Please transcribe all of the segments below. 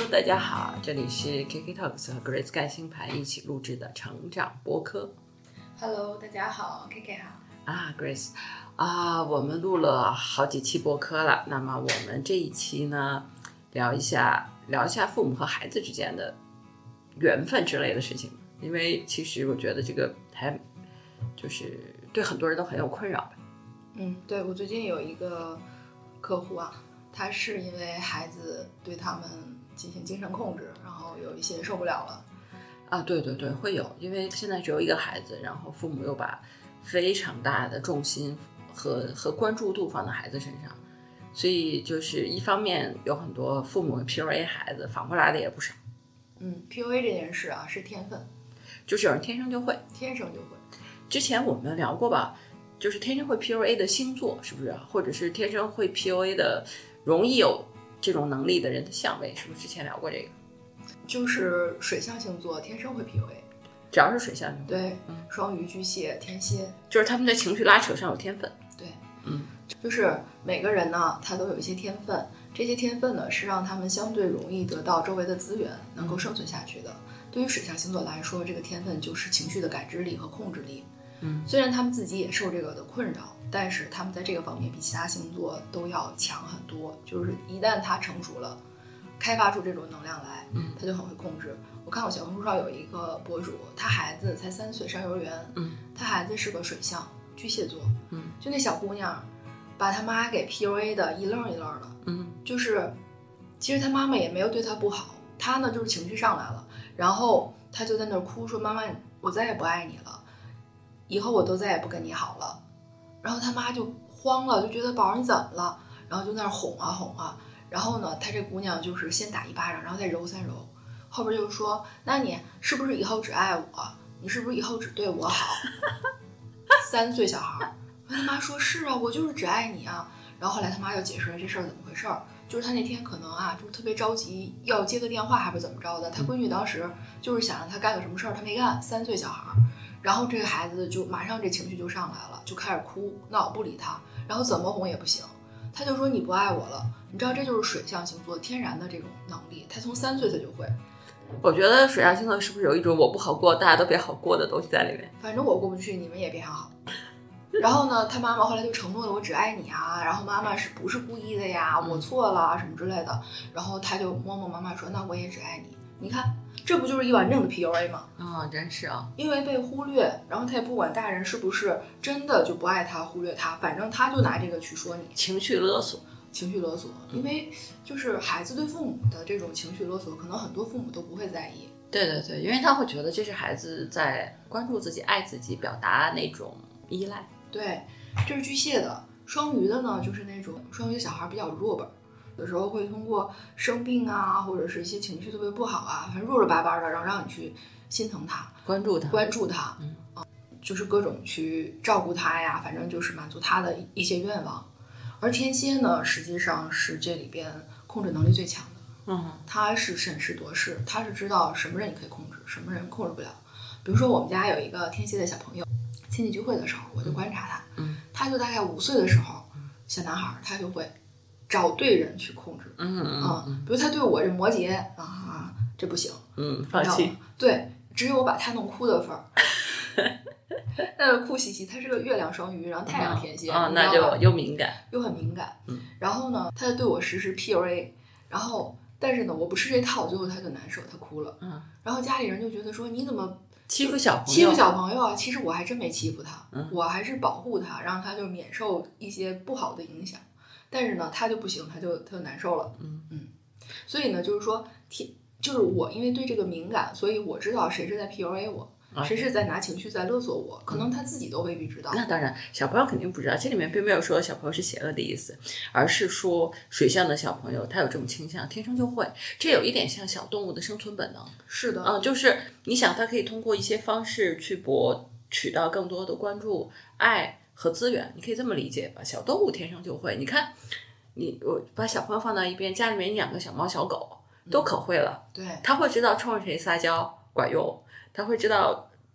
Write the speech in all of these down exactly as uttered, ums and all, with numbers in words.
大家好，这里是 K K Talks 和 Grace 盖星盘一起录制的成长播客。 Hello， 大家好 ，K K 好。 啊 ，Grace， 啊，我们录了好几期播客了。那么我们这一期呢，聊一下聊一下父母和孩子之间的缘分之类的事情。因为其实我觉得这个还就是对很多人都很有困扰吧。 嗯，对，我最近有一个客户啊，他是因为孩子对他们进行精神控制，然后有一些受不了了。 啊，对对对，会有，因为现在只有一个孩子，然后父母又把非常大的重心和和关注度放在孩子身上，所以就是一方面有很多父母 P U A 孩子，反过来的也不少。 嗯 ，P U A 这件事啊是天分， 就是有人天生就会， 天生就会。 之前我们聊过吧，就是天生会 P U A 的星座是不是？或者是天生会 P U A 的容易有这种能力的人的相位，是不是之前聊过这个？ 就是水象星座天生会 P U A， 只要是水象星座， 对，嗯，双鱼、巨蟹、天蝎， 就是他们在情绪拉扯上有天分。 对， 嗯， 就是每个人呢，他都有一些天分，这些天分呢是让他们相对容易得到周围的资源，能够生存下去的。嗯，对于水象星座来说，这个天分就是情绪的感知力和控制力。 嗯， 虽然他们自己也受这个的困扰，但是他们在这个方面比其他星座都要强很多。就是一旦他成熟了，开发出这种能量来， 嗯， 他就很会控制。我看过小红书上有一个博主，他孩子才三岁上幼儿园， 嗯， 他孩子是个水象巨蟹座， 嗯， 就那小姑娘把他妈给 P U A 的一愣一愣的， 嗯， 就是其实他妈妈也没有对他不好，他呢就是情绪上来了，然后他就在那儿哭说：“妈妈，我再也不爱你了，以后我都再也不跟你好了。”然后他妈就慌了，就觉得宝儿你怎么了？然后就在那儿哄啊哄啊。然后呢，他这姑娘就是先打一巴掌，然后再揉三揉，后边就说：“那你是不是以后只爱我？你是不是以后只对我好？”三岁小孩，他妈说：“是啊，我就是只爱你啊。”然后后来他妈又解释了这事儿怎么回事儿，就是他那天可能啊，就特别着急要接个电话，还不是怎么着的。他闺女当时就是想让他干个什么事儿，他没干。三岁小孩，然后这个孩子就马上这情绪就上来了，就开始哭闹，不理他，然后怎么哄也不行。他就说：“你不爱我了。”你知道这就是水象星座天然的这种能力，他从三岁他就会。 我觉得水象星座是不是有一种我不好过大家都别好过的东西在里面？ 反正我过不去，你们也别好。然后呢，他妈妈后来就承诺了我只爱你啊，然后妈妈是不是故意的呀，我错了什么之类的，然后他就摸摸妈妈说：“那我也只爱你。”你看这不就是一完整的 P U A 吗？ 啊、哦，真是啊， 因为被忽略，然后他也不管大人是不是真的就不爱他，忽略他，反正他就拿这个去说你， 情绪勒索。 情绪勒索，因为就是孩子对父母的这种情绪勒索，可能很多父母都不会在意。 对对对，因为他会觉得这是孩子在关注自己、爱自己、表达那种依赖。 对，这是巨蟹的。双鱼的呢，就是那种双鱼的小孩比较弱本，有时候会通过生病啊，或者是一些情绪特别不好啊，反正弱弱巴巴的，然后让你去心疼他， 关注他， 关注他， 嗯， 就是各种去照顾他呀，反正就是满足他的一些愿望。而天蝎呢，实际上是这里边控制能力最强的。 嗯， 他是审时度势，他是知道什么人你可以控制，什么人控制不了。比如说我们家有一个天蝎的小朋友，亲戚聚会的时候，我就观察他， 嗯， 他就大概五岁的时候，小男孩他就会找对人去控制。 嗯嗯嗯，嗯比如他对我这摩羯啊，这不行， 嗯，放弃。 对，只有我把他弄哭的份儿。那个哭兮兮，他是个月亮双鱼，然后太阳天蝎， 啊、哦，那就又敏感， 又很敏感。 嗯， 然后呢，他就对我实施 P U A， 然后但是呢，我不吃这套，最后他就难受，他哭了。 嗯， 然后家里人就觉得说，你怎么欺负小朋友？ 欺负小朋友啊！其实我还真没欺负他， 嗯， 我还是保护他，让他就免受一些不好的影响。但是呢，他就不行，他就他就难受了。 嗯嗯，所以呢，就是说，就是我因为对这个敏感，所以我知道谁是在 P U A 我。谁是在拿情绪在勒索我，可能他自己都未必知道。 那当然，小朋友肯定不知道，这里面并没有说小朋友是邪恶的意思，而是说水象的小朋友他有这种倾向，天生就会。这有一点像小动物的生存本能。 是的， 嗯，就是你想，他可以通过一些方式去博取到更多的关注、爱和资源，你可以这么理解吧？小动物天生就会。你看，你我把小朋友放到一边，家里面养个小猫小狗，都可会了。 嗯、对， 他会知道冲着谁撒娇管用。他会知道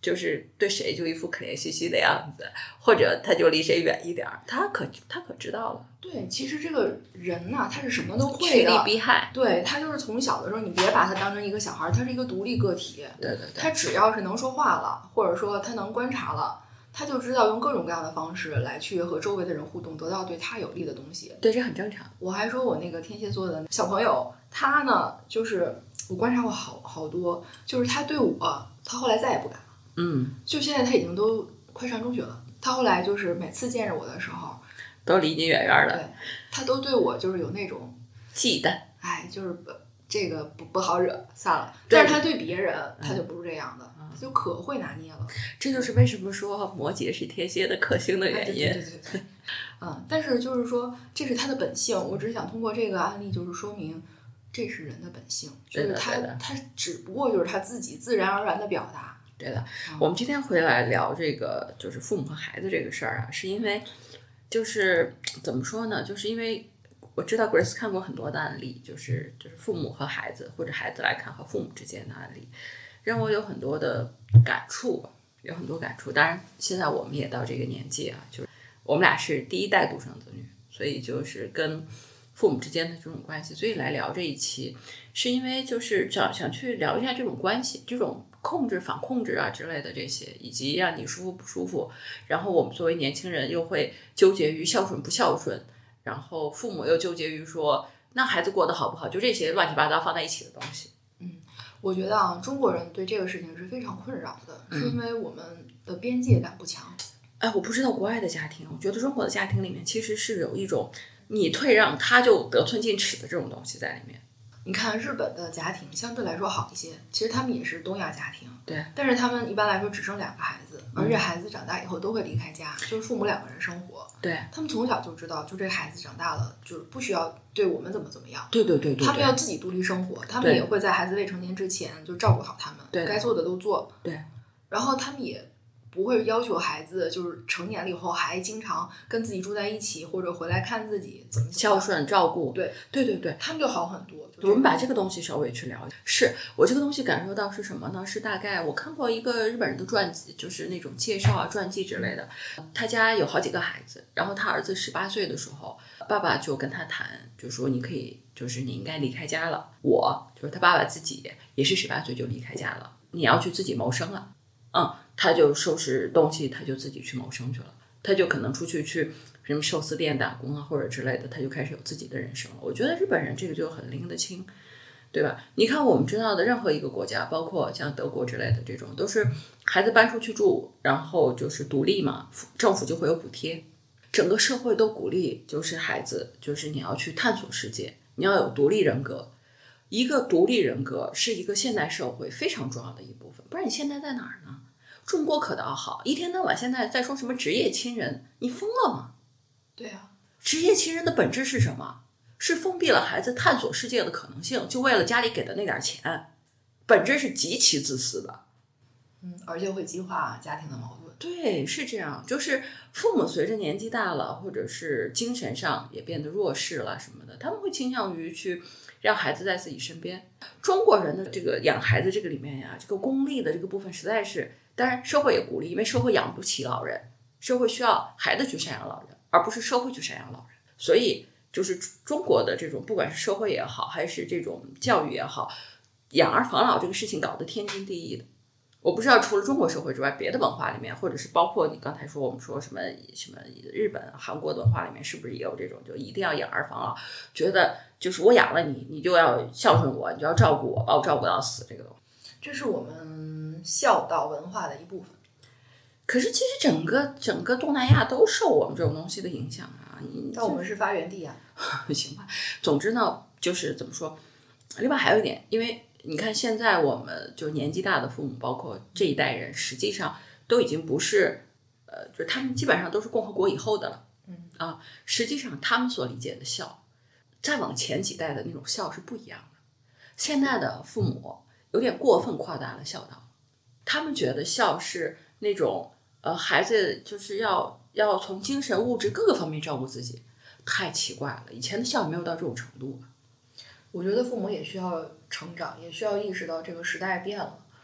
就是对谁就一副可怜兮兮的样子，或者他就离谁远一点，他可他可知道了。 对，其实这个人呐、啊，他是什么都会的， 趋利避害。 对，他就是从小的时候，你别把他当成一个小孩，他是一个独立个体。 对对对， 他只要是能说话了，或者说他能观察了。他就知道用各种各样的方式来去和周围的人互动，得到对他有利的东西。 对，这很正常。 我还说我那个天蝎座的小朋友，他呢，就是我观察过好好多，就是他对我，他后来再也不敢了。 嗯， 就现在他已经都快上中学了，他后来就是每次见着我的时候， 都离你远远的。 对，他都对我就是有那种忌惮， 哎，就是这个不不好惹，算了。但是他对别人，他就不是这样的。嗯，就可会拿捏了， 这就是为什么说摩羯是天蝎的克星的原因。 哎、对对对对，嗯，但是就是说这是他的本性，我只是想通过这个案例，就是说明这是人的本性，就是他他只不过就是他自己自然而然的表达。 对的，嗯、我们今天回来聊这个就是父母和孩子这个事儿啊，是因为就是怎么说呢？就是因为我知道 Grace 看过很多的案例，就是就是父母和孩子或者孩子来看和父母之间的案例。让我有很多的感触，有很多感触。当然，现在我们也到这个年纪啊，就是我们俩是第一代独生子女，所以就是跟父母之间的这种关系，所以来聊这一期，是因为就是想想去聊一下这种关系，这种控制、反控制啊之类的这些，以及让你舒服不舒服。然后我们作为年轻人又会纠结于孝顺不孝顺，然后父母又纠结于说那孩子过得好不好，就这些乱七八糟放在一起的东西。 我觉得啊，中国人对这个事情是非常困扰的，嗯、是因为我们的边界感不强。 哎，我不知道国外的家庭，我觉得中国的家庭里面其实是有一种你退让他就得寸进尺的这种东西在里面。 你看日本的家庭相对来说好一些，其实他们也是东亚家庭， 对， 但是他们一般来说只生两个孩子，而且孩子长大以后都会离开家，嗯、就是父母两个人生活。 对， 他们从小就知道，就这孩子长大了，就是不需要对我们怎么怎么样。 对对 对, 对, 对， 他们要自己独立生活，他们也会在孩子未成年之前就照顾好他们， 对， 该做的都做。 对， 然后他们也不会要求孩子就是成年了以后还经常跟自己住在一起，或者回来看自己怎么孝顺照顾。 对对对对， 他们就好很多。 我们把这个东西稍微去聊一下。是我这个东西感受到是什么呢？是大概我看过一个日本人的传记，就是那种介绍啊、传记之类的。他家有好几个孩子，然后他儿子十八岁的时候，爸爸就跟他谈，就说你可以，就是你应该离开家了。我就是他爸爸自己也是十八岁就离开家了，你要去自己谋生了。嗯，他就收拾东西，他就自己去谋生去了。他就可能出去去什么寿司店打工啊，或者之类的，他就开始有自己的人生了。我觉得日本人这个就很拎得清，对吧？你看我们知道的任何一个国家，包括像德国之类的这种，都是孩子搬出去住，然后就是独立嘛，政府就会有补贴，整个社会都鼓励，就是孩子，就是你要去探索世界，你要有独立人格。一个独立人格是一个现代社会非常重要的一部分，不然你现在在哪儿呢？中国可倒好，一天到晚现在在说什么职业亲人，你疯了吗？ 对啊， 职业亲人的本质是什么？是封闭了孩子探索世界的可能性，就为了家里给的那点钱，本质是极其自私的。 嗯，而且会激化家庭的矛盾。 对，是这样，就是父母随着年纪大了，或者是精神上也变得弱势了什么的，他们会倾向于去让孩子在自己身边。中国人的这个养孩子这个里面呀，这个功利的这个部分实在是，当然社会也鼓励，因为社会养不起老人，社会需要孩子去赡养老人，而不是社会去赡养老人。所以就是中国的这种不管是社会也好，还是这种教育也好，养儿防老这个事情搞得天经地义的。我不知道除了中国社会之外，别的文化里面，或者是包括你刚才说我们说什么什么日本、韩国的文化里面，是不是也有这种就一定要养儿防老，觉得就是我养了你，你就要孝顺我，你就要照顾我，把我照顾到死，这个东西， 这是我们孝道文化的一部分。 可是其实整个整个东南亚都受我们这种东西的影响啊。你但我们是发源地啊。 行吧，总之呢，就是怎么说，另外还有一点，因为你看现在我们就年纪大的父母，包括这一代人，实际上都已经不是，呃，就是他们基本上都是共和国以后的了。 嗯啊，实际上他们所理解的孝，再往前几代的那种孝是不一样的。现在的父母有点过分夸大了孝道，他们觉得孝是那种呃孩子就是要要从精神物质各个方面照顾自己，太奇怪了。以前的孝也没有到这种程度吧。 我觉得父母也需要成长，也需要意识到这个时代变了，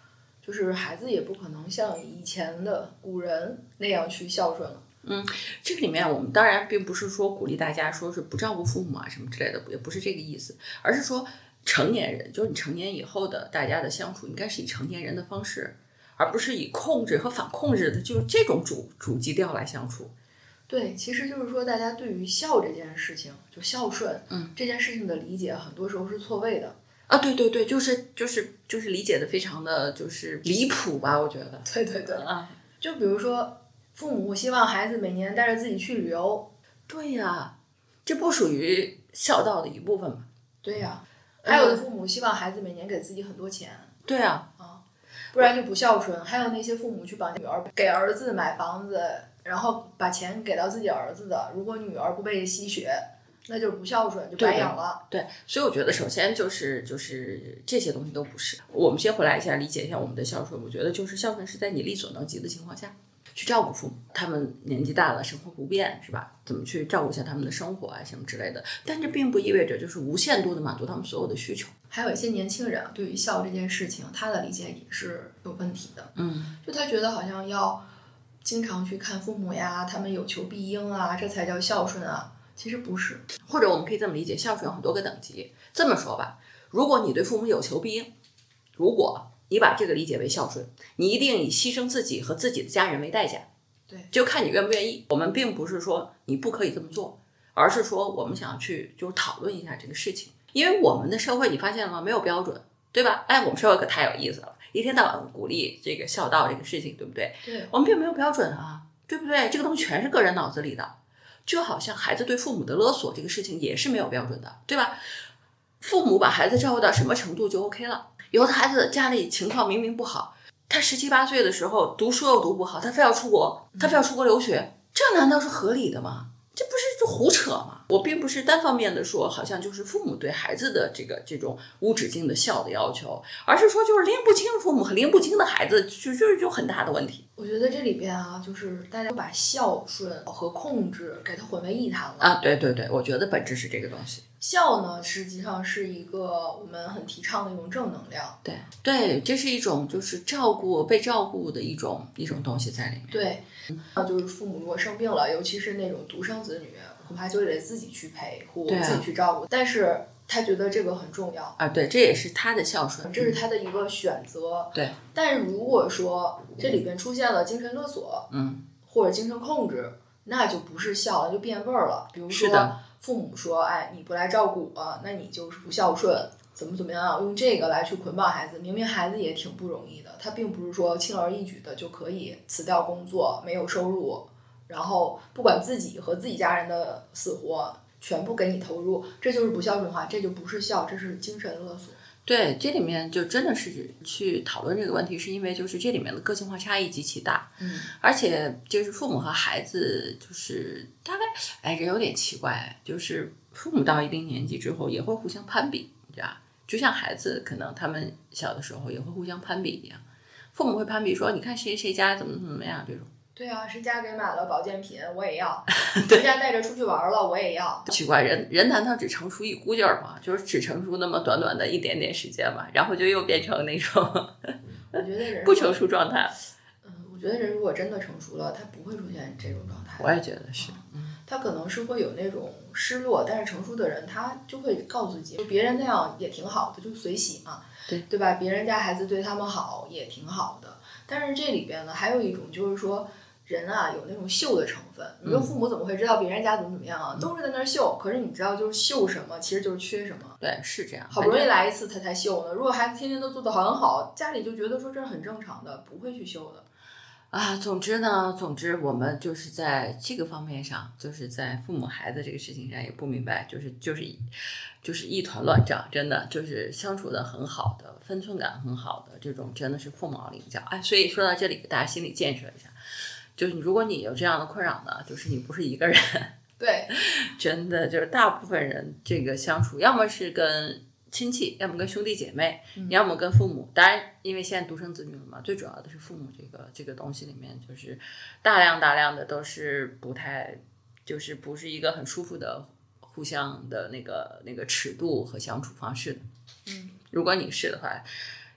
就是孩子也不可能像以前的古人那样去孝顺了。 嗯，这个里面我们当然并不是说鼓励大家说是不照顾父母啊什么之类的，也不是这个意思，而是说成年人，就是你成年以后的大家的相处应该是以成年人的方式，而不是以控制和反控制的就是这种主主基调来相处。 对，其实就是说大家对于孝这件事情，就孝顺， 嗯， 这件事情的理解很多时候是错位的。 啊，对对对，就是就是就是理解的非常的就是离谱吧，我觉得。 对对对， 啊， 就比如说父母希望孩子每年带着自己去旅游。 对呀，这不属于孝道的一部分吗？ 对呀，还有的父母希望孩子每年给自己很多钱。 对啊， 啊，不然就不孝顺。还有那些父母去绑女儿，给儿子买房子，然后把钱给到自己儿子的，如果女儿不被吸血，那就是不孝顺，就白养了。 对，所以我觉得首先就是就是这些东西都不是。我们先回来一下理解一下我们的孝顺，我觉得就是孝顺是在你力所能及的情况下去照顾父母，他们年纪大了，生活不便，是吧？怎么去照顾一下他们的生活啊，什么之类的。但这并不意味着就是无限度的满足他们所有的需求。 还有一些年轻人对于孝这件事情，他的理解也是有问题的。 嗯， 就他觉得好像要经常去看父母呀，他们有求必应啊，这才叫孝顺啊。其实不是。 或者我们可以这么理解，孝顺有很多个等级。这么说吧，如果你对父母有求必应，如果你把这个理解为孝顺，你一定以牺牲自己和自己的家人为代价。 对， 就看你愿不愿意。我们并不是说你不可以这么做，而是说我们想要去就是讨论一下这个事情。因为我们的社会你发现了吗？没有标准，对吧？哎，我们社会可太有意思了，一天到晚鼓励这个孝道这个事情，对不对？ 对， 我们并没有标准啊，对不对？这个东西全是个人脑子里的。就好像孩子对父母的勒索这个事情也是没有标准的，对吧？父母把孩子照顾到什么程度就 OK 了。有的孩子家里情况明明不好，他十七八岁的时候读书又读不好，他非要出国，他非要出国留学，这难道是合理的吗？这不是就胡扯吗？我并不是单方面的说好像就是父母对孩子的这个这种无止境的孝的要求，而是说就是拎不清的父母和拎不清的孩子就就就很大的问题。 我觉得这里边啊，就是大家把孝顺和控制给它混为一谈了啊。对对对，我觉得本质是这个东西。 孝呢，实际上是一个我们很提倡的一种正能量。 对对，这是一种就是照顾被照顾的一种一种东西在里面。 对，嗯，就是父母如果生病了，尤其是那种独生子女，恐怕就得自己去陪护， 啊、 自己去照顾。但是他觉得这个很重要啊，对，这也是他的孝顺， 这是他的一个选择。 对， 但是如果说这里边出现了精神勒索， 嗯， 或者精神控制，那就不是孝了，就变味儿了。比如说父母说，哎，你不来照顾我，那你就是不孝顺，怎么怎么样，用这个来去捆绑孩子。明明孩子也挺不容易的，他并不是说轻而易举的就可以辞掉工作，没有收入，然后不管自己和自己家人的死活全部给你投入，这就是不孝顺化，这就不是孝，这是精神勒索。 对，这里面就真的是去讨论这个问题，是因为就是这里面的个性化差异极其大， 嗯， 而且就是父母和孩子就是大概，哎，人有点奇怪，就是父母到一定年纪之后也会互相攀比，你知道，就像孩子可能他们小的时候也会互相攀比一样，父母会攀比说，你看谁谁家怎么怎么样这种。 对啊，谁家给买了保健品，我也要；谁家带着出去玩了，我也要。 奇怪，人人难道只成熟一股劲儿吗？就是只成熟那么短短的一点点时间嘛，然后就又变成那种我觉得人不成熟状态。 嗯，我觉得人如果真的成熟了，他不会出现这种状态。 我也觉得是， 嗯，他可能是会有那种失落，但是成熟的人他就会告诉自己，就别人那样也挺好的，就随喜嘛， 对对吧？别人家孩子对他们好也挺好的，但是这里边呢，还有一种就是说。人啊，有那种秀的成分。你说父母怎么会知道别人家怎么怎么样啊？ 嗯、 都是在那儿秀。可是你知道，就是秀什么，其实就是缺什么。 对，是这样。 好不容易来一次，他才秀呢。如果孩子天天都做得很好，家里就觉得说这是很正常的，不会去秀的。 啊，总之呢，总之我们就是在这个方面上，就是在父母孩子这个事情上也不明白，就是就是就是一团乱账，真的就是相处的很好的，分寸感很好的这种，真的是凤毛麟角。哎，所以说到这里，给大家心理建设一下。就是如果你有这样的困扰呢，就是你不是一个人， 对， 真的就是大部分人这个相处，要么是跟亲戚，要么跟兄弟姐妹， 嗯、 要么跟父母。当然，因为现在独生子女了嘛，最主要的是父母这个这个东西里面，就是大量大量的都是不太，就是不是一个很舒服的互相的那个那个尺度和相处方式的。 嗯， 如果你是的话。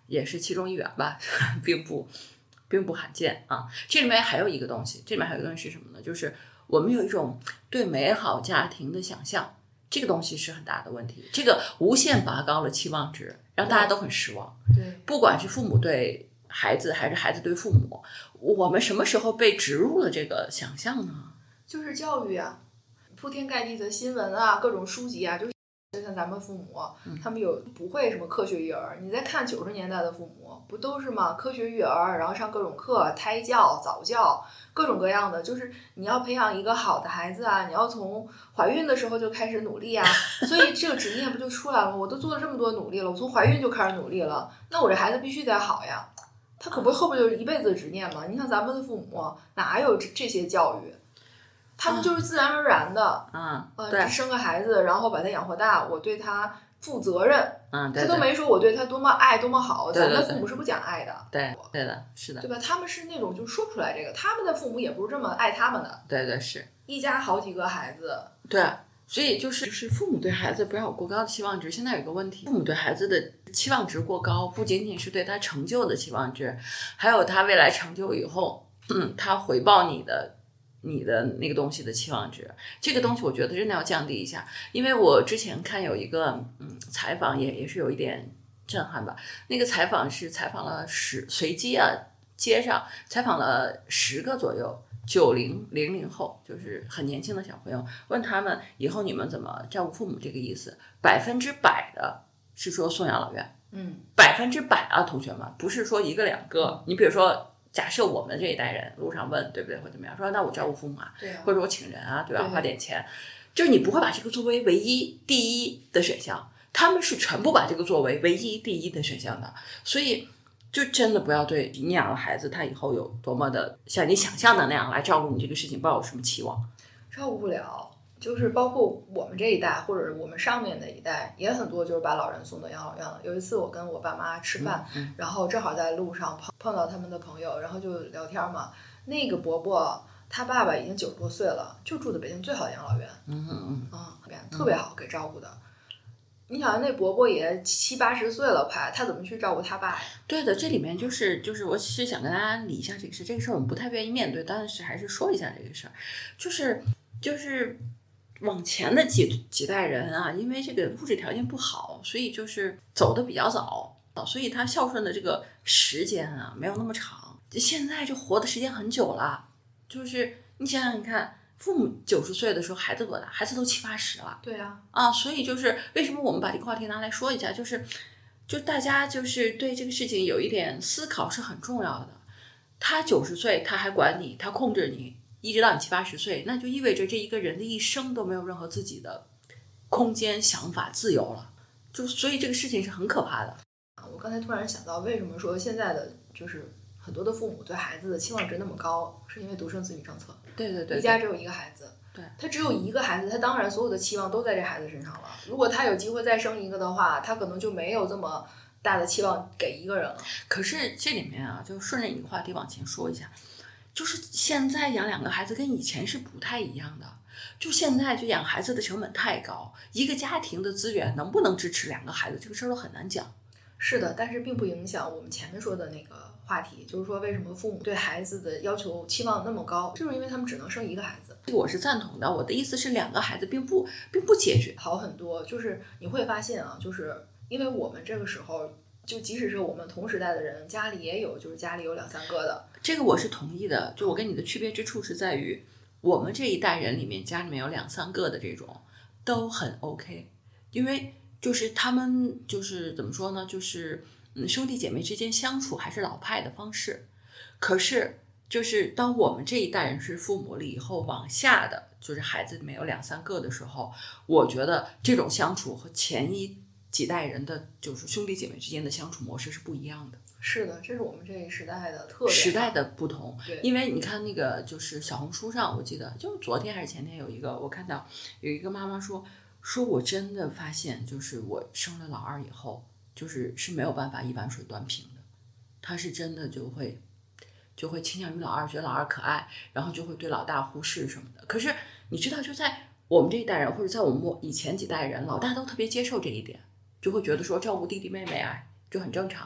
也是其中一员吧，并不并不罕见啊。这里面还有一个东西，这里面还有一个东西是什么呢？就是我们有一种对美好家庭的想象，这个东西是很大的问题。这个无限拔高了期望值，让大家都很失望。 对， 不管是父母对孩子，还是孩子对父母，我们什么时候被植入了这个想象呢？ 就是教育啊，铺天盖地的新闻啊，各种书籍啊，就是就像咱们父母，他们有不会什么科学育儿。你再看九十年代的父母，不都是吗？科学育儿，然后上各种课，胎教、早教，各种各样的。就是你要培养一个好的孩子啊，你要从怀孕的时候就开始努力啊。所以这个执念不就出来了吗？我都做了这么多努力了，我从怀孕就开始努力了，那我这孩子必须得好呀。他可不后边就是一辈子的执念吗？你像咱们的父母哪有这这些教育？他们就是自然而然的， 嗯， 呃， 对， 生个孩子，然后把他养活大，我对他负责任， 嗯，对， 他都没说我对他多么爱多么好， 对对对， 咱的父母是不讲爱的， 对，对的，是的， 对吧？他们是那种就说不出来这个，他们的父母也不是这么爱他们的， 对对是， 一家好几个孩子， 对，所以就是就是父母对孩子不要有过高的期望值。现在有一个问题，父母对孩子的期望值过高，不仅仅是对他成就的期望值，还有他未来成就以后，嗯，他回报你的。你的那个东西的期望值，这个东西我觉得真的要降低一下。因为我之前看有一个嗯采访也也是有一点震撼吧。那个采访是采访了十随机啊街上采访了十个左右九零零零后，就是很年轻的小朋友，问他们以后你们怎么照顾父母，这个意思，百分之百的是说送养老院， 嗯， 百分之百啊，同学们，不是说一个两个。你比如说。假设我们这一代人路上问对不对或怎么样，说那我照顾父母啊， 对啊， 或者我请人啊，对吧？ 对花点钱，就是你不会把这个作为唯一第一的选项，他们是全部把这个作为唯一第一的选项的。所以就真的不要对你养了孩子他以后有多么的像你想象的那样来照顾你这个事情抱有什么期望， 照顾不了。就是包括我们这一代或者我们上面的一代也很多，就是把老人送到养老院了。有一次我跟我爸妈吃饭， 嗯嗯、 然后正好在路上碰碰到他们的朋友，然后就聊天嘛。那个伯伯他爸爸已经九十多岁了，就住的北京最好的养老院， 嗯嗯嗯，特别好，给照顾的。你想那伯伯也七八十岁了，快，他怎么去照顾他爸呀？ 对的，这里面就是就是我是想跟大家理一下这个事，这个事儿我们不太愿意面对，但是还是说一下这个事儿，就是就是。往前的几几代人啊，因为这个物质条件不好，所以就是走的比较早，所以他孝顺的这个时间啊没有那么长。现在就活的时间很久了，就是你想想看，父母九十岁的时候，孩子多大？孩子都七八十了。 对啊， 啊，所以就是为什么我们把这个话题拿来说一下，就是就大家就是对这个事情有一点思考是很重要的。他九十岁，他还管你，他控制你。一直到你七八十岁，那就意味着这一个人的一生都没有任何自己的空间、想法、自由了。就所以这个事情是很可怕的。 我刚才突然想到，为什么说现在的就是很多的父母对孩子的期望值那么高，是因为独生子女政策。 对对 对, 对， 一家只有一个孩子， 对， 他只有一个孩子，他当然所有的期望都在这孩子身上了。如果他有机会再生一个的话，他可能就没有这么大的期望给一个人了。 可是这里面啊，就顺着你的话题往前说一下。就是现在养两个孩子跟以前是不太一样的，就现在就养孩子的成本太高，一个家庭的资源能不能支持两个孩子，这个事儿都很难讲。 是的，但是并不影响我们前面说的那个话题，就是说为什么父母对孩子的要求期望那么高，就是因为他们只能生一个孩子。 这个我是赞同的，我的意思是两个孩子并不并不解决好很多。就是你会发现啊，就是因为我们这个时候就即使是我们同时代的人，家里也有就是家里有两三个的。 这个我是同意的，就我跟你的区别之处是在于，我们这一代人里面家里面有两三个的这种都很 OK， 因为就是他们就是怎么说呢，就是嗯兄弟姐妹之间相处还是老派的方式。可是就是当我们这一代人是父母了以后，往下的就是孩子里面有两三个的时候，我觉得这种相处和前一几代人的就是兄弟姐妹之间的相处模式是不一样的。 是的，这是我们这一时代的特点， 时代的不同。 对， 因为你看那个就是小红书上，我记得就昨天还是前天有一个，我看到有一个妈妈说，说我真的发现，就是我生了老二以后，就是是没有办法一碗水端平的，她是真的就会就会倾向于老二，觉得老二可爱，然后就会对老大忽视什么的。可是你知道，就在我们这一代人，或者在我们以前几代人，老大都特别接受这一点，就会觉得说照顾弟弟妹妹啊就很正常。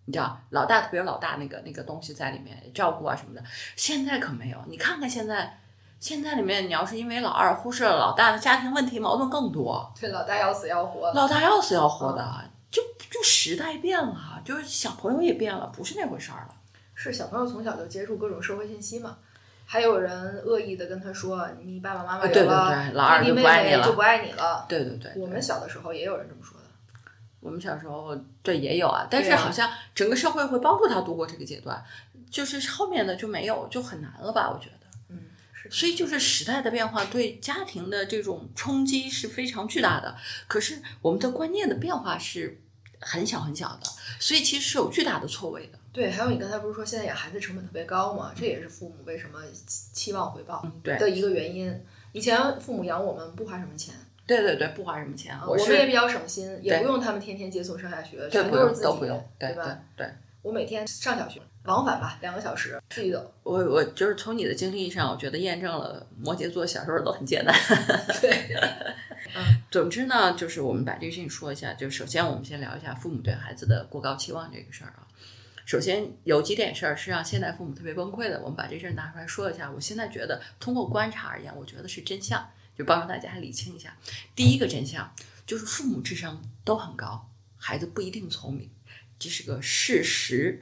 你知道老大特别有老大那个那个东西在里面照顾啊什么的。现在可没有，你看看现在现在里面，你要是因为老二忽视了老大的家庭问题，矛盾更多。 对，老大要死要活， 老大要死要活的，嗯、就就时代变了，就是小朋友也变了，不是那回事儿了。 是小朋友从小就接触各种社会信息嘛，还有人恶意的跟他说你爸爸妈妈有了， 对对对，老二就不爱你了， 就不爱你了。 对对 对, 对， 我们小的时候也有人这么说的。 我们小时候对也有啊，但是好像整个社会会帮助他度过这个阶段，就是后面的就没有，就很难了吧？我觉得。 嗯，是。 所以就是时代的变化对家庭的这种冲击是非常巨大的，可是我们的观念的变化是很小很小的，所以其实是有巨大的错位的。 对，还有你刚才不是说现在养孩子成本特别高吗？这也是父母为什么期望回报的一个原因。嗯、以前父母养我们不花什么钱。 对对对，不花什么钱， 我, 我们也比较省心，也不用他们天天接送上下学，全都是自己， 都不用，对吧？ 对对， 我每天上小学往返吧，两个小时自己走。 我我就是从你的经历上，我觉得验证了摩羯座小时候都很艰难。 对， 嗯，总之呢，就是我们把这个事情说一下。就首先我们先聊一下父母对孩子的过高期望这个事儿啊。首先有几点事儿是让现代父母特别崩溃的，我们把这事儿拿出来说一下。我现在觉得通过观察而言，我觉得是真相。就帮助大家理清一下，第一个真相就是父母智商都很高，孩子不一定聪明，这是个事实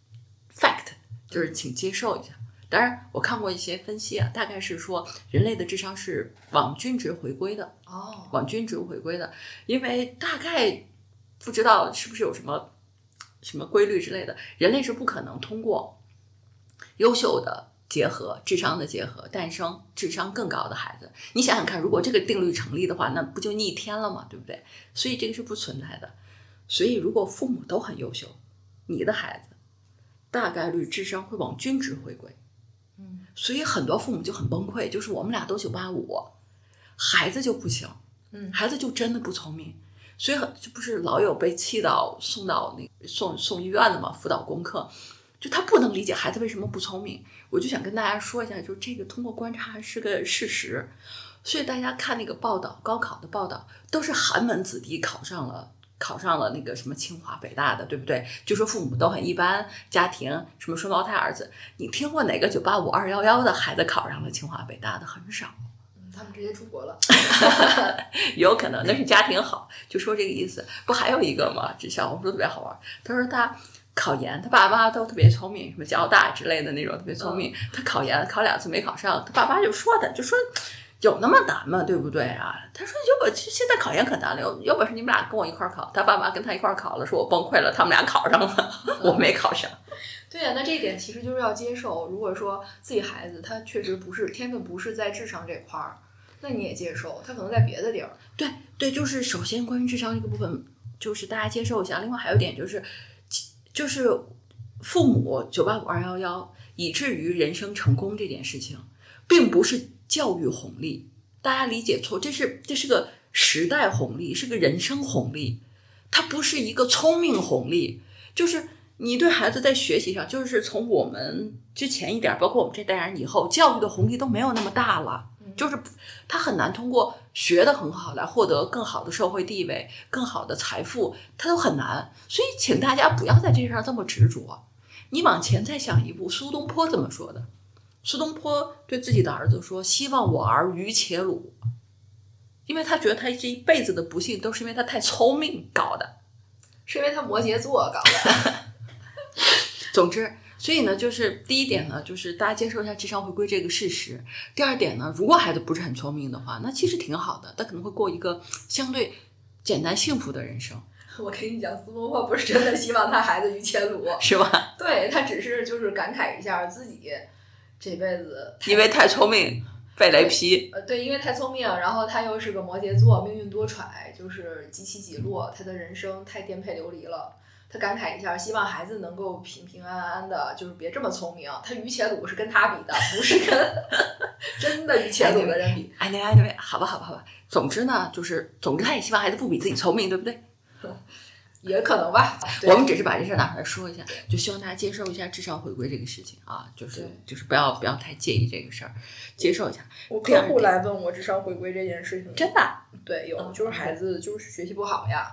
fact， 就是请接受一下。当然我看过一些分析啊，大概是说人类的智商是往均值回归的哦， 往均值回归的，因为大概不知道是不是有什么什么规律之类的，人类是不可能通过优秀的结合智商的结合诞生智商更高的孩子。你想想看，如果这个定律成立的话，那不就逆天了吗？对不对？所以这个是不存在的。所以如果父母都很优秀，你的孩子大概率智商会往均值回归。 嗯， 所以很多父母就很崩溃，就是我们俩都九八五，孩子就不行， 嗯， 孩子就真的不聪明。所以这不是老有被气到送到那送送医院的嘛，辅导功课。就他不能理解孩子为什么不聪明，我就想跟大家说一下，就这个通过观察是个事实。所以大家看那个报道，高考的报道都是寒门子弟考上了考上了那个什么清华北大的，对不对？就说父母都很一般，家庭什么双胞胎儿子，你听过哪个九八五二幺幺的孩子考上了清华北大的？很少。 嗯，他们直接出国了。 有可能那是家庭好，就说这个意思。不还有一个吗？这小红书特别好玩，他说他考研，他爸妈都特别聪明，什么交大之类的那种特别聪明。嗯、他考研考两次没考上，他爸妈就说他，就说有那么难吗？对不对啊？他说有本现在考研可难了，有有本事你们俩跟我一块考。他爸妈跟他一块考了，说我崩溃了，他们俩考上了，我没考上。 对呀、啊，那这一点其实就是要接受。如果说自己孩子他确实不是天分，不是在智商这块儿，那你也接受，他可能在别的地儿。 对对，就是首先关于智商这个部分，就是大家接受一下。另外还有一点就是。就是父母九八五二幺幺以至于人生成功这件事情，并不是教育红利，大家理解错，这是这是个时代红利，是个人生红利，它不是一个聪明红利。就是你对孩子在学习上，就是从我们之前一点，包括我们这代人以后，教育的红利都没有那么大了。就是他很难通过学得很好来获得更好的社会地位、更好的财富，他都很难。所以请大家不要在这上这么执着。你往前再想一步，苏东坡怎么说的？苏东坡对自己的儿子说：“希望我儿愚且鲁。”因为他觉得他这一辈子的不幸都是因为他太聪明搞的， 是因为他摩羯座搞的。 总之。所以呢，就是第一点呢，就是大家接受一下智商回归这个事实。第二点呢，如果孩子不是很聪明的话，那其实挺好的，他可能会过一个相对简单幸福的人生。 我跟你讲，苏东坡不是真的希望他孩子愚且鲁， 是吧？ 对，他只是就是感慨一下自己这辈子因为太聪明被雷劈。 呃，对，因为太聪明，然后他又是个摩羯座，命运多舛，就是几起几落，他的人生太颠沛流离了。他感慨一下，希望孩子能够平平安安的，就是别这么聪明。他愚且鲁是跟他比的，不是跟真的愚且鲁的人比。 哎，那哎那好吧，好吧，好吧。总之呢，就是总之他也希望孩子不比自己聪明，对不对？ 也可能吧。 我们只是把这事拿出来说一下，就希望大家接受一下智商回归这个事情啊，就是就是不要不要太介意这个事儿，接受一下。 我客户来问我智商回归这件事情， 真的？ 对，有就是孩子就是学习不好呀。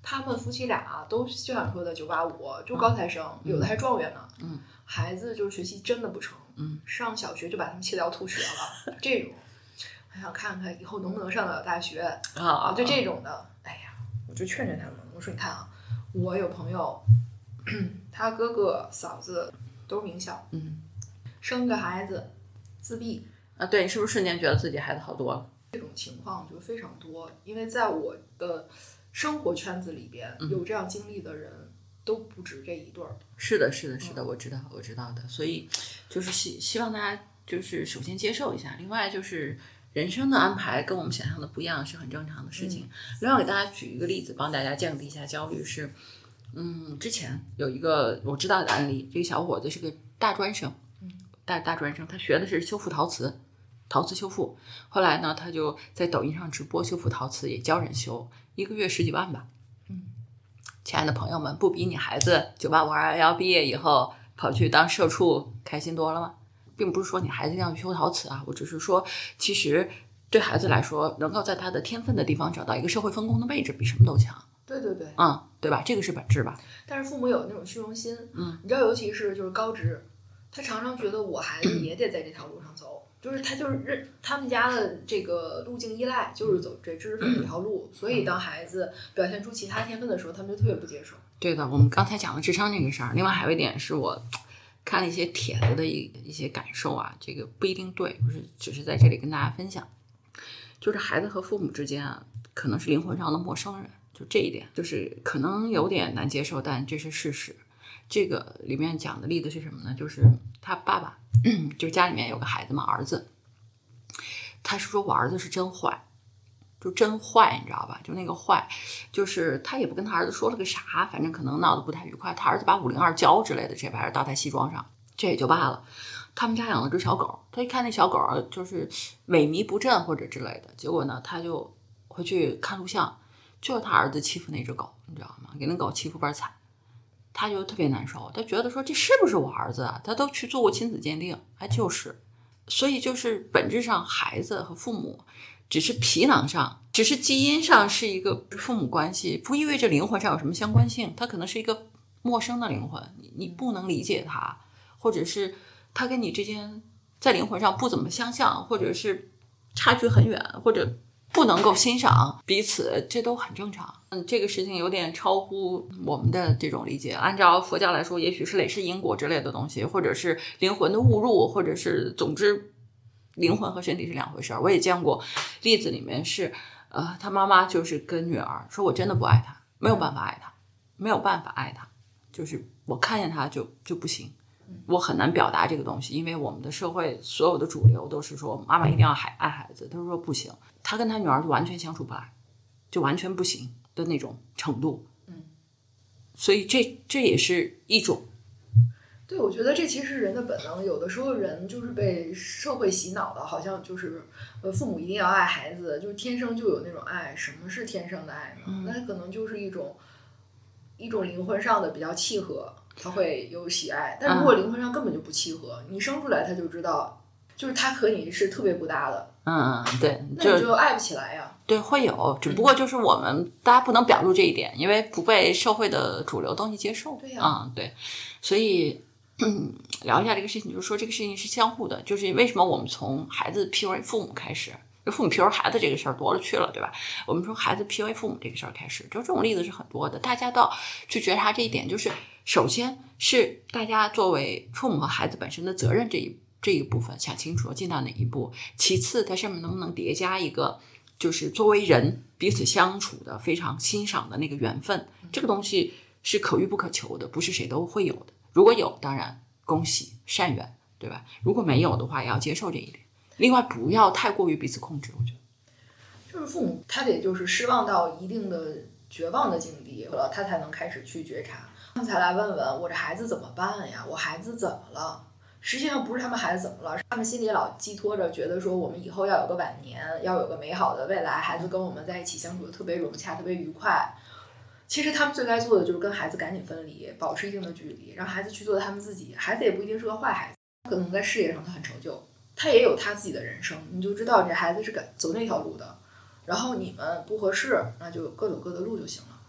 他们夫妻俩都就像说的九八五，就高材生，嗯、有的还状元呢。 嗯， 孩子就是学习真的不成， 嗯， 上小学就把他们气得要吐血了，这种还想看看以后能不能上得了大学啊， 就这种的。哎呀，我就劝劝他们，我说你看啊，我有朋友，他哥哥嫂子都是名校， 嗯， 生个孩子自闭啊，对，你是不是瞬间觉得自己孩子好多了？ 这种情况就非常多，因为在我的生活圈子里边，有这样经历的人都不止这一对儿。 是的，是的，是的，我知道，我知道的。所以就是希希望大家就是首先接受一下，另外就是人生的安排跟我们想象的不一样是很正常的事情。嗯、另外给大家举一个例子，帮大家降低一下焦虑是，嗯，之前有一个我知道的案例，这个小伙子是个大专生， 嗯， 大大专生，他学的是修复陶瓷。陶瓷修复，后来呢，他就在抖音上直播修复陶瓷，也教人修，一个月十几万吧。 嗯， 亲爱的朋友们，不比你孩子九八五二幺幺毕业以后跑去当社畜开心多了吗？并不是说你孩子一定要去修陶瓷啊，我只是说，其实对孩子来说，能够在他的天分的地方找到一个社会分工的位置，比什么都强。 对对对， 嗯，对吧？这个是本质吧。 但是父母有那种虚荣心， 嗯， 你知道，尤其是就是高职，他常常觉得我孩子也得在这条路上走。就是他就是认他们家的这个路径依赖就是走这知识分子这条路，所以当孩子表现出其他天分的时候，他们就特别不接受。 对的，我们刚才讲了智商这个事儿，另外还有一点是我看了一些帖子的一一些感受啊，这个不一定对，不是只是在这里跟大家分享，就是孩子和父母之间啊，可能是灵魂上的陌生人，就这一点就是可能有点难接受，但这是事实。这个里面讲的例子是什么呢？就是他爸爸，就是家里面有个孩子嘛，儿子，他是说我儿子是真坏，就真坏，你知道吧？就那个坏，就是他也不跟他儿子说了个啥，反正可能闹得不太愉快。他儿子把五零二胶之类的这玩意儿倒在西装上，这也就罢了。他们家养了只小狗，他一看那小狗就是萎靡不振或者之类的，结果呢，他就回去看录像，就是他儿子欺负那只狗，你知道吗？给那狗欺负倍儿惨。他就特别难受，他觉得说这是不是我儿子啊？他都去做过亲子鉴定，还就是，所以就是本质上孩子和父母只是皮囊上，只是基因上是一个父母关系，不意味着灵魂上有什么相关性。他可能是一个陌生的灵魂，你你不能理解他，或者是他跟你之间在灵魂上不怎么相像，或者是差距很远，或者不能够欣赏彼此，这都很正常。嗯，这个事情有点超乎我们的这种理解。按照佛教来说，也许是累世因果之类的东西，或者是灵魂的误入，或者是总之，灵魂和身体是两回事儿。我也见过例子里面是，呃，他妈妈就是跟女儿说：“我真的不爱他，没有办法爱他，没有办法爱他，就是我看见他就就不行。”我很难表达这个东西，因为我们的社会所有的主流都是说妈妈一定要爱爱孩子，他说不行，他跟他女儿就完全相处不来，就完全不行的那种程度。 嗯， 所以这这也是一种。 对，我觉得这其实是人的本能，有的时候人就是被社会洗脑的，好像就是呃父母一定要爱孩子，就是天生就有那种爱。什么是天生的爱呢？嗯、那可能就是一种一种灵魂上的比较契合。他会有喜爱，但如果灵魂上根本就不契合，嗯、你生出来他就知道，就是他和你是特别不搭的。 嗯嗯，对， 那你就爱不起来呀。 对，会有，只不过就是我们、嗯、大家不能表露这一点，因为不被社会的主流东西接受。 对呀、 啊，嗯，对，所以嗯，聊一下这个事情，就是说这个事情是相互的，就是为什么我们从孩子 P U A 父母开始。父母 P U A 孩子这个事儿多了去了，对吧？我们说孩子 P U A 父母这个事儿开始，就这种例子是很多的，大家都要去觉察这一点。就是首先是大家作为父母和孩子本身的责任这一这一部分想清楚进到哪一步，其次它上面能不能叠加一个就是作为人彼此相处的非常欣赏的那个缘分，这个东西是可遇不可求的，不是谁都会有的。如果有，当然恭喜善缘，对吧？如果没有的话，也要接受这一点。另外，不要太过于彼此控制，我觉得。 就是父母，他得就是失望到一定的绝望的境地了，他才能开始去觉察，他们才来问问我这孩子怎么办呀？我孩子怎么了？实际上不是他们孩子怎么了，是他们心里老寄托着，觉得说我们以后要有个晚年，要有个美好的未来，孩子跟我们在一起相处的特别融洽，特别愉快。其实他们最该做的就是跟孩子赶紧分离，保持一定的距离，让孩子去做他们自己。孩子也不一定是个坏孩子，可能在事业上他很成就。他也有他自己的人生，你就知道这孩子是走那条路的，然后你们不合适，那就各走各的路就行了。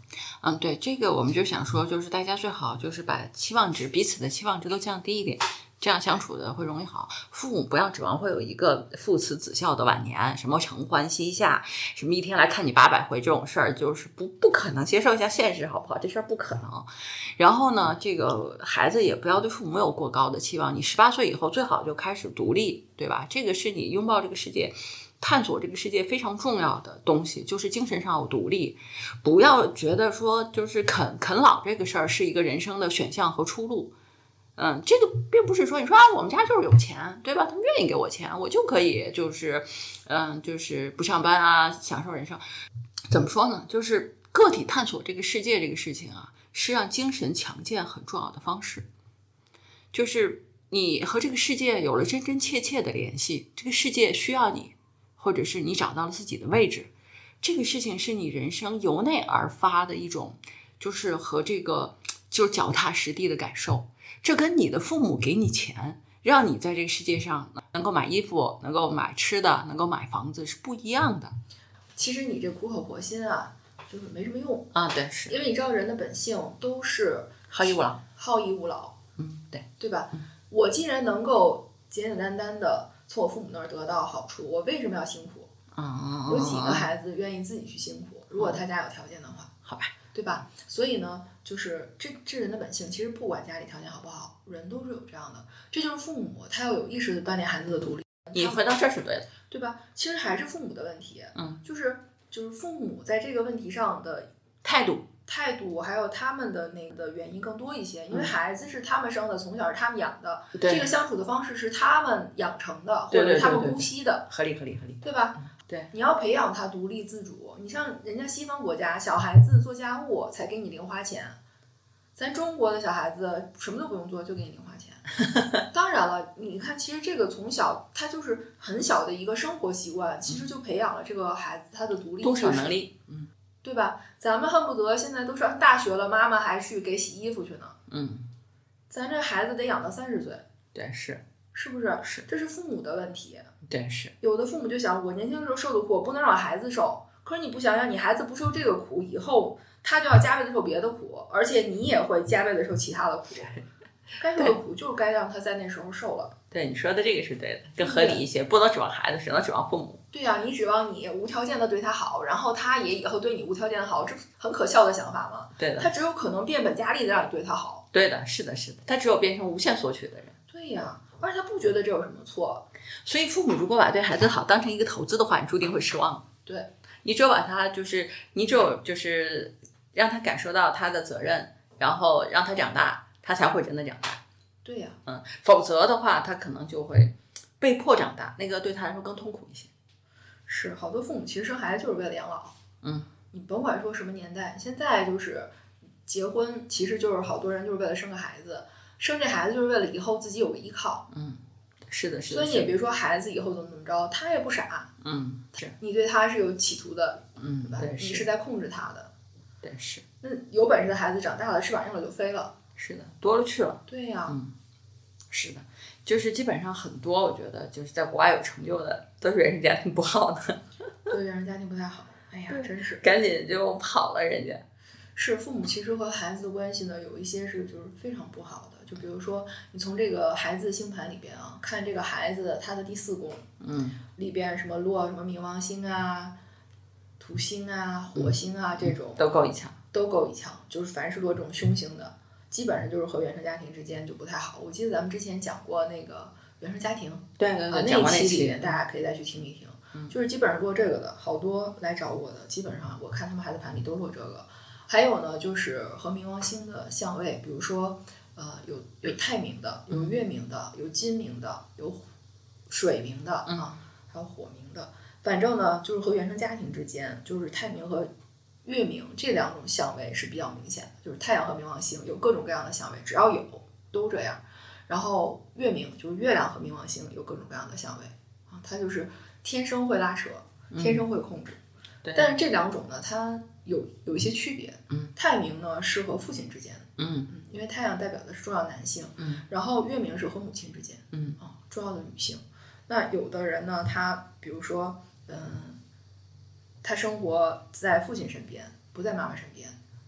嗯，对，这个我们就想说，就是大家最好就是把期望值，彼此的期望值都降低一点，这样相处的会容易好。父母不要指望会有一个父慈子孝的晚年，什么承欢膝下，什么一天来看你八百回这种事儿，就是不不可能。接受一下现实好不好？这事儿不可能。然后呢，这个孩子也不要对父母有过高的期望。你十八岁以后最好就开始独立，对吧？这个是你拥抱这个世界，探索这个世界非常重要的东西，就是精神上有独立。不要觉得说就是啃啃老这个事儿是一个人生的选项和出路。嗯，这个并不是说你说啊，我们家就是有钱，对吧？他们愿意给我钱，我就可以就是嗯，就是不上班啊，享受人生。怎么说呢？就是个体探索这个世界这个事情啊，是让精神强健很重要的方式。就是你和这个世界有了真真切切的联系，这个世界需要你，或者是你找到了自己的位置，这个事情是你人生由内而发的一种，就是和这个就是脚踏实地的感受。这跟你的父母给你钱，让你在这个世界上能够买衣服，能够买吃的，能够买房子是不一样的。 其实你这苦口婆心啊，就是没什么用啊，对，是因为你知道人的本性都是好逸恶劳， 好逸恶劳， 嗯，对， 对吧？ 嗯、 我既然能够简简单单的从我父母那儿得到好处，我为什么要辛苦？ 嗯， 有几个孩子愿意自己去辛苦？如果他家有条件的话， 好吧， 对吧？所以呢，就是这这人的本性，其实不管家里条件好不好，人都是有这样的。这就是父母他要有意识的锻炼孩子的独立。 你回到这儿是对的， 对吧？其实还是父母的问题， 嗯， 就是就是父母在这个问题上的态度。 态度还有他们的那个的原因更多一些，因为孩子是他们生的，从小是他们养的，这个相处的方式是他们养成的，或者是他们呼吸的， 合理合理合理， 对吧？ 嗯、对， 你要培养他独立自主。你像人家西方国家，小孩子做家务才给你零花钱，咱中国的小孩子什么都不用做就给你零花钱。当然了，你看，其实这个从小他就是很小的一个生活习惯，其实就培养了这个孩子他的独立动手能力，嗯。 对吧？咱们恨不得现在都上大学了，妈妈还去给洗衣服去呢。 嗯， 咱这孩子得养到三十岁。 对，是， 是不是？ 是， 这是父母的问题。 对，是。 有的父母就想，我年轻时候受的苦，我不能让孩子受。可是你不想想，你孩子不受这个苦，以后他就要加倍的受别的苦，而且你也会加倍的受其他的苦。该受的苦就是该让他在那时候受了。 对，你说的这个是对的，更合理一些。不能指望孩子，只能指望父母。 对呀、啊，你指望你无条件的对他好，然后他也以后对你无条件的好，这很可笑的想法吗？ 对的， 他只有可能变本加厉的让你对他好。 对的，是的，是的，他只有变成无限索取的人。 对呀、啊，而且他不觉得这有什么错。 所以父母如果把对孩子好当成一个投资的话，你注定会失望。 对， 你只有把他就是你只有就是让他感受到他的责任，然后让他长大，他才会真的长大。 对呀、 啊，嗯，否则的话，他可能就会被迫长大，那个对他来说更痛苦一些。 是，好多父母其实生孩子就是为了养老。 嗯， 你甭管说什么年代，现在就是结婚，其实就是好多人就是为了生个孩子，生这孩子就是为了以后自己有个依靠。 嗯，是的，是的。 所以你也别说孩子以后怎么怎么着，他也不傻。 嗯，是。 你对他是有企图的， 嗯， 对吧？ 对， 你是在控制他的。 对，是。 那有本事的孩子长大了，翅膀硬了就飞了。 是的，多了去了。 对呀、啊。 嗯。是的，就是基本上很多，我觉得就是在国外有成就的，都是原生家庭不好的。 对，原生家庭不太好。哎呀，真是。 赶紧就跑了，人家。 是父母其实和孩子的关系呢，有一些是就是非常不好的。就比如说，你从这个孩子星盘里边啊，看这个孩子他的第四宫， 嗯， 里边什么落什么冥王星啊、土星啊、火星啊、嗯、这种都够一强， 都够一强。就是凡是落这种凶星的，基本上就是和原生家庭之间就不太好。我记得咱们之前讲过那个原生家庭， 对对对， 啊、 讲过那期里面大家可以再去听一听。 嗯， 就是基本上落这个的好多来找我的，基本上我看他们孩子盘里都落这个。还有呢，就是和冥王星的相位，比如说呃有有太冥的，有月冥的，有金冥的，有水冥的、 嗯、 啊，还有火冥的。反正呢，就是和原生家庭之间，就是太冥和月冥这两种相位是比较明显的，就是太阳和冥王星有各种各样的相位，只要有都这样。然后月冥就是月亮和冥王星有各种各样的相位啊，它就是天生会拉扯，天生会控制。 对、嗯。 但是这两种呢，它有有一些区别。 嗯。 太冥呢是和父亲之间。 嗯嗯，因为太阳代表的是重要男性。 嗯。 然后月冥是和母亲之间。 嗯。 啊，重要的女性。那有的人呢，他比如说，嗯，他生活在父亲身边，不在妈妈身边，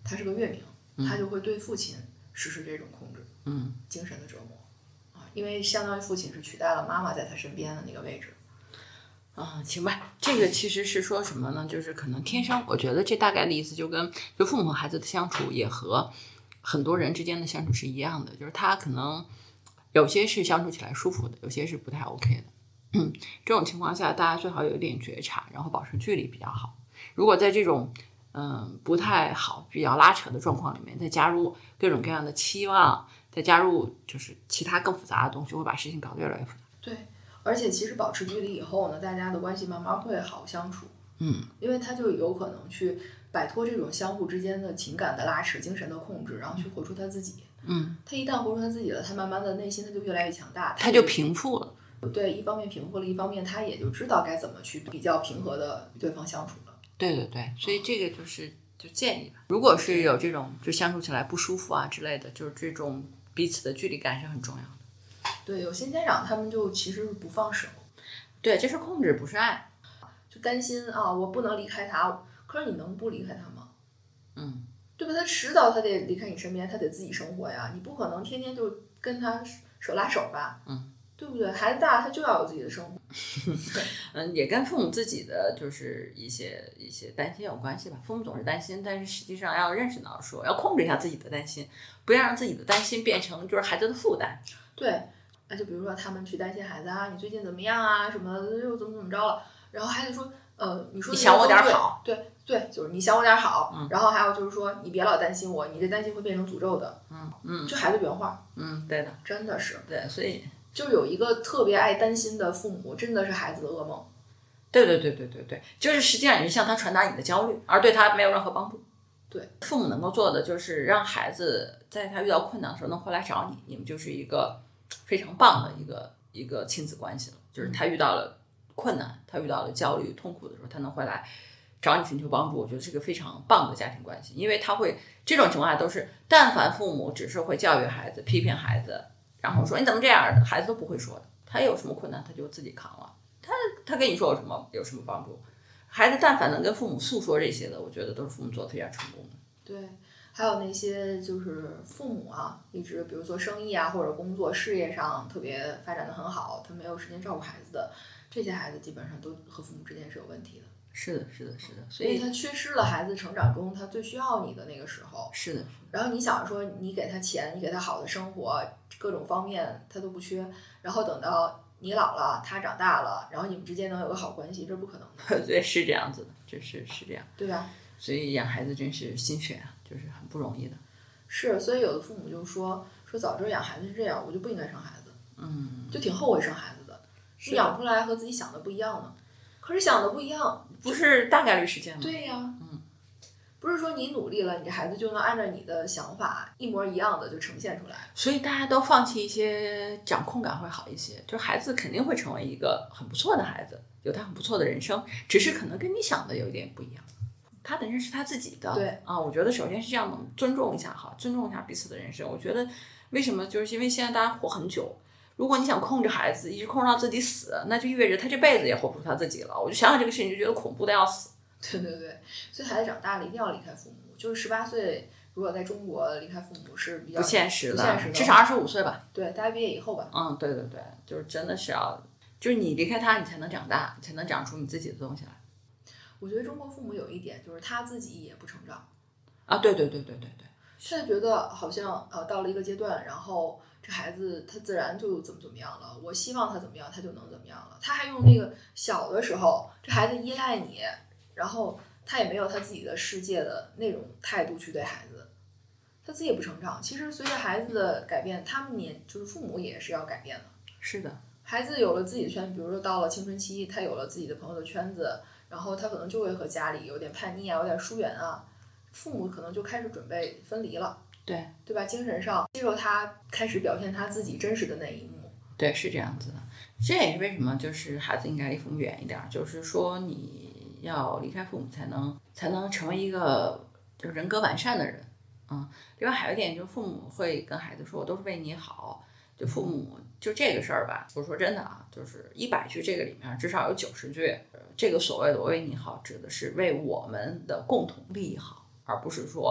他是个月明，他就会对父亲实施这种控制， 嗯， 精神的折磨啊，因为相当于父亲是取代了妈妈在他身边的那个位置。 啊，行吧，这个其实是说什么呢？就是可能天生，我觉得这大概的意思就跟就父母和孩子的相处也和很多人之间的相处是一样的，就是他可能有些是相处起来舒服的，有些是不太 OK 的。嗯，这种情况下，大家最好有一点觉察，然后保持距离比较好。如果在这种嗯不太好、比较拉扯的状况里面，再加入各种各样的期望，再加入就是其他更复杂的东西，会把事情搞得越来越复杂。 对。而且其实保持距离以后呢，大家的关系慢慢会好相处， 嗯， 因为他就有可能去摆脱这种相互之间的情感的拉扯、精神的控制，然后去活出他自己。 嗯， 他一旦活出他自己了，他慢慢的内心他就越来越强大， 他就平复了。 对，一方面平复了，一方面他也就知道该怎么去比较平和的与对方相处了。 对对对，所以这个就是就建议吧，如果是有这种就相处起来不舒服啊之类的，就是这种彼此的距离感是很重要的。 对，有些家长他们就其实是不放手， 对，这是控制，不是爱， 就担心啊，我不能离开他，可是你能不离开他吗？ 嗯， 对吧？他迟早他得离开你身边，他得自己生活呀，你不可能天天就跟他手拉手吧， 嗯， 对不对？孩子大，他就要有自己的生活。 嗯，也跟父母自己的就是一些一些担心有关系吧。父母总是担心，但是实际上要认识到说，要控制一下自己的担心，不要让自己的担心变成就是孩子的负担。 对。那就比如说他们去担心孩子啊，你最近怎么样啊，什么又怎么怎么着了，然后孩子说，呃，你说你想我点好， 对对，就是你想我点好， 嗯， 然后还有就是说你别老担心我，你这担心会变成诅咒的， 嗯嗯， 就孩子原话， 嗯，对的， 真的是， 对，所以就有一个特别爱担心的父母，真的是孩子的噩梦。 对对对对对对，就是实际上你是向他传达你的焦虑，而对他没有任何帮助。 对， 父母能够做的就是让孩子在他遇到困难的时候能回来找你，你们就是一个非常棒的一个一个亲子关系了。就是他遇到了困难，他遇到了焦虑痛苦的时候，他能回来找你寻求帮助，我觉得是个非常棒的家庭关系。因为他会这种情况下都是，但凡父母只是会教育孩子、批评孩子，然后说你怎么这样的，孩子都不会说的。他有什么困难他就自己扛了，他他跟你说有什么有什么帮助，孩子但凡能跟父母诉说这些的，我觉得都是父母做的非常成功的。 对，还有那些就是父母啊，一直比如做生意啊或者工作事业上特别发展的很好，他没有时间照顾孩子的，这些孩子基本上都和父母之间是有问题的。 是的，是的，是的， 所以他缺失了孩子成长中他最需要你的那个时候。 是的。 然后你想说，你给他钱，你给他好的生活，各种方面他都不缺，然后等到你老了，他长大了，然后你们之间能有个好关系，这是不可能的。 对，是这样子的，就是是这样， 对吧？ 所以养孩子真是心血啊，就是很不容易的。 是，所以有的父母就说说早知道养孩子是这样，我就不应该生孩子， 嗯， 就挺后悔生孩子的。你养出来和自己想的不一样呢，可是想的不一样， 不是大概率事件吗？ 对呀、 嗯。 不是说你努力了，你这孩子就能按照你的想法一模一样的就呈现出来。 所以大家都放弃一些掌控感会好一些，就孩子肯定会成为一个很不错的孩子，有他很不错的人生，只是可能跟你想的有一点不一样。他的人生是他自己的， 对啊，我觉得首先是这样的，尊重一下哈，尊重一下彼此的人生。我觉得为什么，就是因为现在大家活很久，如果你想控制孩子，一直控制到自己死，那就意味着他这辈子也活不出他自己了。我就想想这个事情就觉得恐怖的要死。 对对对，所以孩子长大了一定要离开父母，就是十八岁如果在中国离开父母是比较不现实的， 不现实的至少二十五岁吧。 对，大学毕业以后吧。 嗯，对对对，就是真的是要，就是你离开他，你才能长大，你才能长出你自己的东西来。 我觉得中国父母有一点就是他自己也不成长啊，对对对对对对， 现在觉得好像呃到了一个阶段，然后这孩子他自然就怎么怎么样了，我希望他怎么样他就能怎么样了，他还用那个小的时候这孩子依赖你，然后他也没有他自己的世界的那种态度去对孩子，他自己也不成长。其实随着孩子的改变，他们也就是父母也是要改变的。 是的， 孩子有了自己的圈子，比如说到了青春期，他有了自己的朋友的圈子，然后他可能就会和家里有点叛逆啊，有点疏远啊，父母可能就开始准备分离了， 对对吧？精神上接受他开始表现他自己真实的那一幕。 对，是这样子的。这也是为什么就是孩子应该离父母远一点，就是说你要离开父母才能才能成为一个就是人格完善的人。嗯，另外还有一点就是父母会跟孩子说，我都是为你好。就父母就这个事儿吧，我说真的啊，就是一百句这个里面至少有九十句，这个所谓的我为你好，指的是为我们的共同利益好，而不是说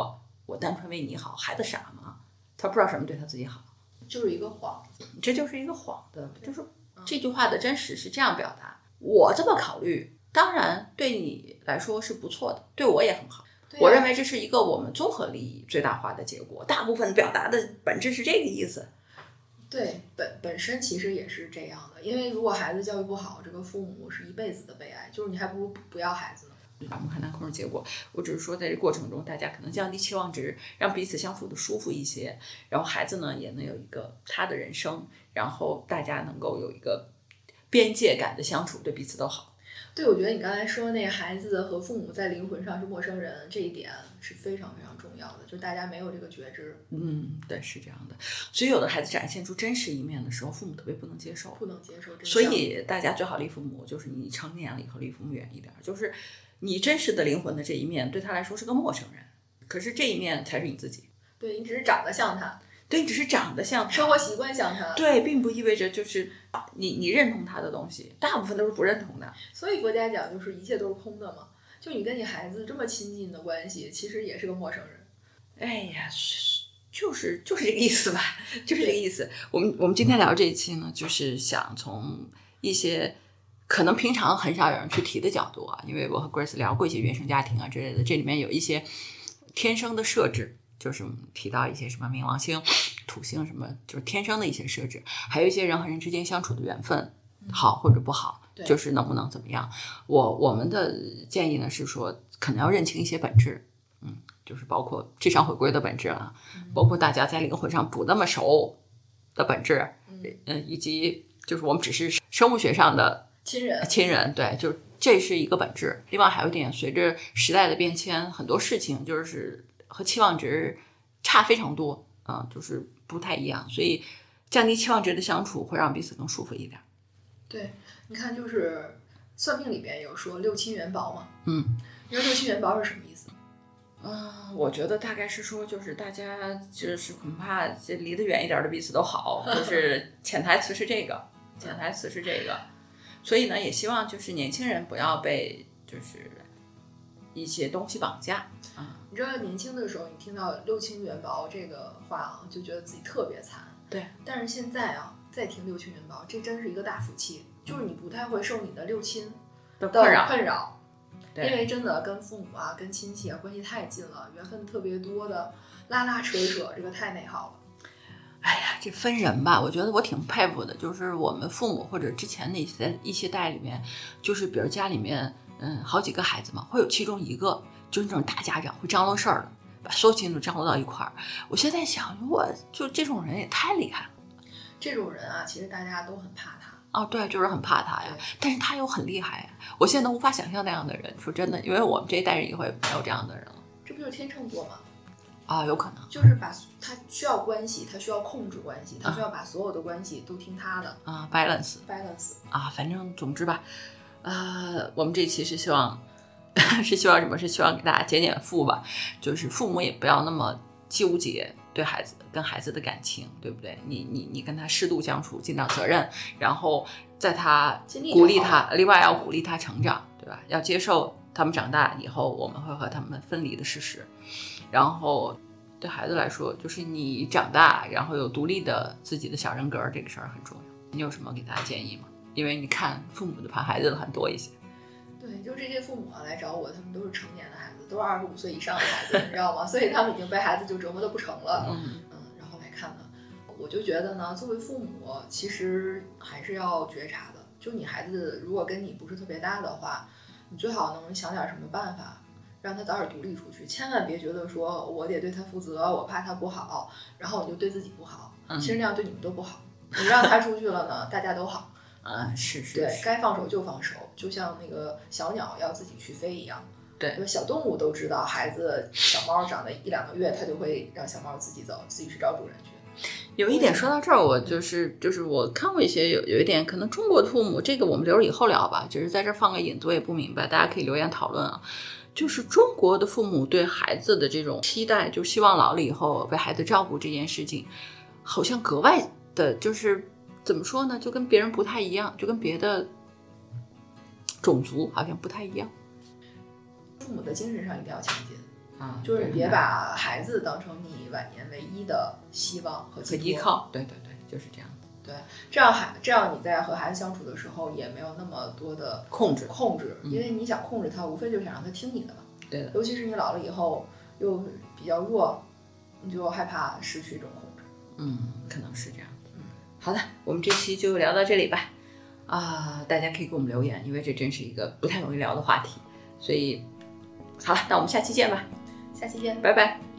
我单纯为你好，孩子傻吗？他不知道什么对他自己好， 就是一个谎， 这就是一个谎的，就是这句话的真实是这样表达。我这么考虑，当然对你来说是不错的，对我也很好。 啊、 我认为这是一个我们综合利益最大化的结果，大部分表达的本质是这个意思。 对，本本身其实也是这样的，因为如果孩子教育不好，这个父母是一辈子的悲哀，就是你还不如不要孩子呢。 我们很难控制结果，我只是说在这过程中，大家可能降低期望值，让彼此相处的舒服一些，然后孩子呢也能有一个他的人生，然后大家能够有一个边界感的相处，对彼此都好。 对，我觉得你刚才说那孩子和父母在灵魂上是陌生人，这一点是非常非常重要的，就大家没有这个觉知。 嗯，对，是这样的。所以有的孩子展现出真实一面的时候，父母特别不能接受， 不能接受。 所以大家最好离父母，就是你成年了以后离父母远一点，就是你真实的灵魂的这一面对他来说是个陌生人，可是这一面才是你自己。 对，你只是长得像他。 对，你只是长得像他， 生活习惯像他。 对，并不意味着就是你你认同他的东西，大部分都是不认同的。 所以佛家讲就是一切都是空的嘛，就你跟你孩子这么亲近的关系，其实也是个陌生人。 哎呀，就是就是这个意思吧，就是这个意思。我们我们今天聊这一期呢，就是想从一些可能平常很少有人去提的角度啊，因为我和 Grace 聊过一些原生家庭啊之类的，这里面有一些天生的设置。就是提到一些什么冥王星、土星什么，就是天生的一些设置，还有一些人和人之间相处的缘分，好或者不好， 嗯、 就是能不能怎么样。我我们的建议呢是说，可能要认清一些本质，嗯，就是包括智商回归的本质啊， 嗯、 包括大家在灵魂上不那么熟的本质， 嗯、 呃，以及就是我们只是生物学上的亲人， 亲人，对，就这是一个本质。另外还有一点，随着时代的变迁，很多事情就是。和期望值差非常多啊、呃，就是不太一样，所以降低期望值的相处会让彼此更舒服一点。 对，你看，就是算命里边有说六亲缘薄嘛， 嗯， 你说六亲缘薄是什么意思？ 嗯、呃，我觉得大概是说，就是大家就是恐怕这离得远一点的彼此都好，就是潜台词是这个，潜台词是这个，所以呢，也希望就是年轻人不要被就是一些东西绑架啊。 你知道年轻的时候，你听到六亲缘薄这个话啊，就觉得自己特别惨。 对。 但是现在啊，再听六亲缘薄，这真是一个大福气，就是你不太会受你的六亲的困扰。 困扰。 对。 因为真的跟父母啊、跟亲戚啊关系太近了，缘分特别多的，拉拉扯扯，这个太美好了。 哎呀，这分人吧，我觉得我挺佩服的，就是我们父母或者之前那些一些代里面，就是比如家里面嗯好几个孩子嘛，会有其中一个。就是那种大家长会张罗事儿的，把所有亲戚都张罗到一块儿。我现在想，如果就这种人也太厉害了。 这种人啊，其实大家都很怕他。 哦，对，就是很怕他呀。但是他又很厉害呀，我现在都无法想象那样的人。说真的，因为我们这一代人以后也没有这样的人了。 这不就是天秤座吗？ 啊，有可能。 就是把他需要关系，他需要控制关系，他需要把所有的关系都听他的。 啊 ，balance balance 啊，反正总之吧，呃，我们这一期是希望。是希望什么？是希望给大家减减负吧，就是父母也不要那么纠结对孩子跟孩子的感情，对不对？你你你跟他适度相处，尽到责任，然后在他鼓励他，另外要鼓励他成长，对吧？要接受他们长大以后我们会和他们分离的事实。然后对孩子来说，就是你长大，然后有独立的自己的小人格，这个事儿很重要。你有什么给大家建议吗？因为你看父母的怕孩子的很多一些。 对，就这些父母啊来找我，他们都是成年的孩子，都是二十五岁以上的孩子，你知道吗？所以他们已经被孩子就折磨得不成了。 嗯嗯，然后来看呢，我就觉得呢，作为父母，其实还是要觉察的。就你孩子如果跟你不是特别搭的话，你最好能想点什么办法，让他早点独立出去。千万别觉得说我得对他负责，我怕他不好，然后你就对自己不好。其实那样对你们都不好。你让他出去了呢，大家都好。 嗯，是是， 对，该放手就放手，就像那个小鸟要自己去飞一样。 对， 小动物都知道，孩子小猫长了一两个月，它就会让小猫自己走，自己去找主人去。 有一点说到这儿，我就是就是我看过一些有有一点，可能中国的父母，这个我们留着以后聊吧，就是在这放个引子，我也不明白，大家可以留言讨论啊。就是中国的父母对孩子的这种期待，就希望老了以后被孩子照顾这件事情，好像格外的，就是怎么说呢，就跟别人不太一样，就跟别的种族好像不太一样。 父母的精神上一定要强劲， 啊， 就是你别把孩子当成你晚年唯一的希望和和依靠。对对对，就是这样。 对，这样孩这样你在和孩子相处的时候也没有那么多的控制控制， 嗯、 因为你想控制他，无非就是想让他听你的嘛。 对的， 尤其是你老了以后又比较弱，你就害怕失去这种控制。 嗯，可能是这样的。嗯，好的，我们这期就聊到这里吧。啊，大家可以给我们留言，因为这真是一个不太容易聊的话题，所以好了，那我们下期见吧。 下期见， 拜拜。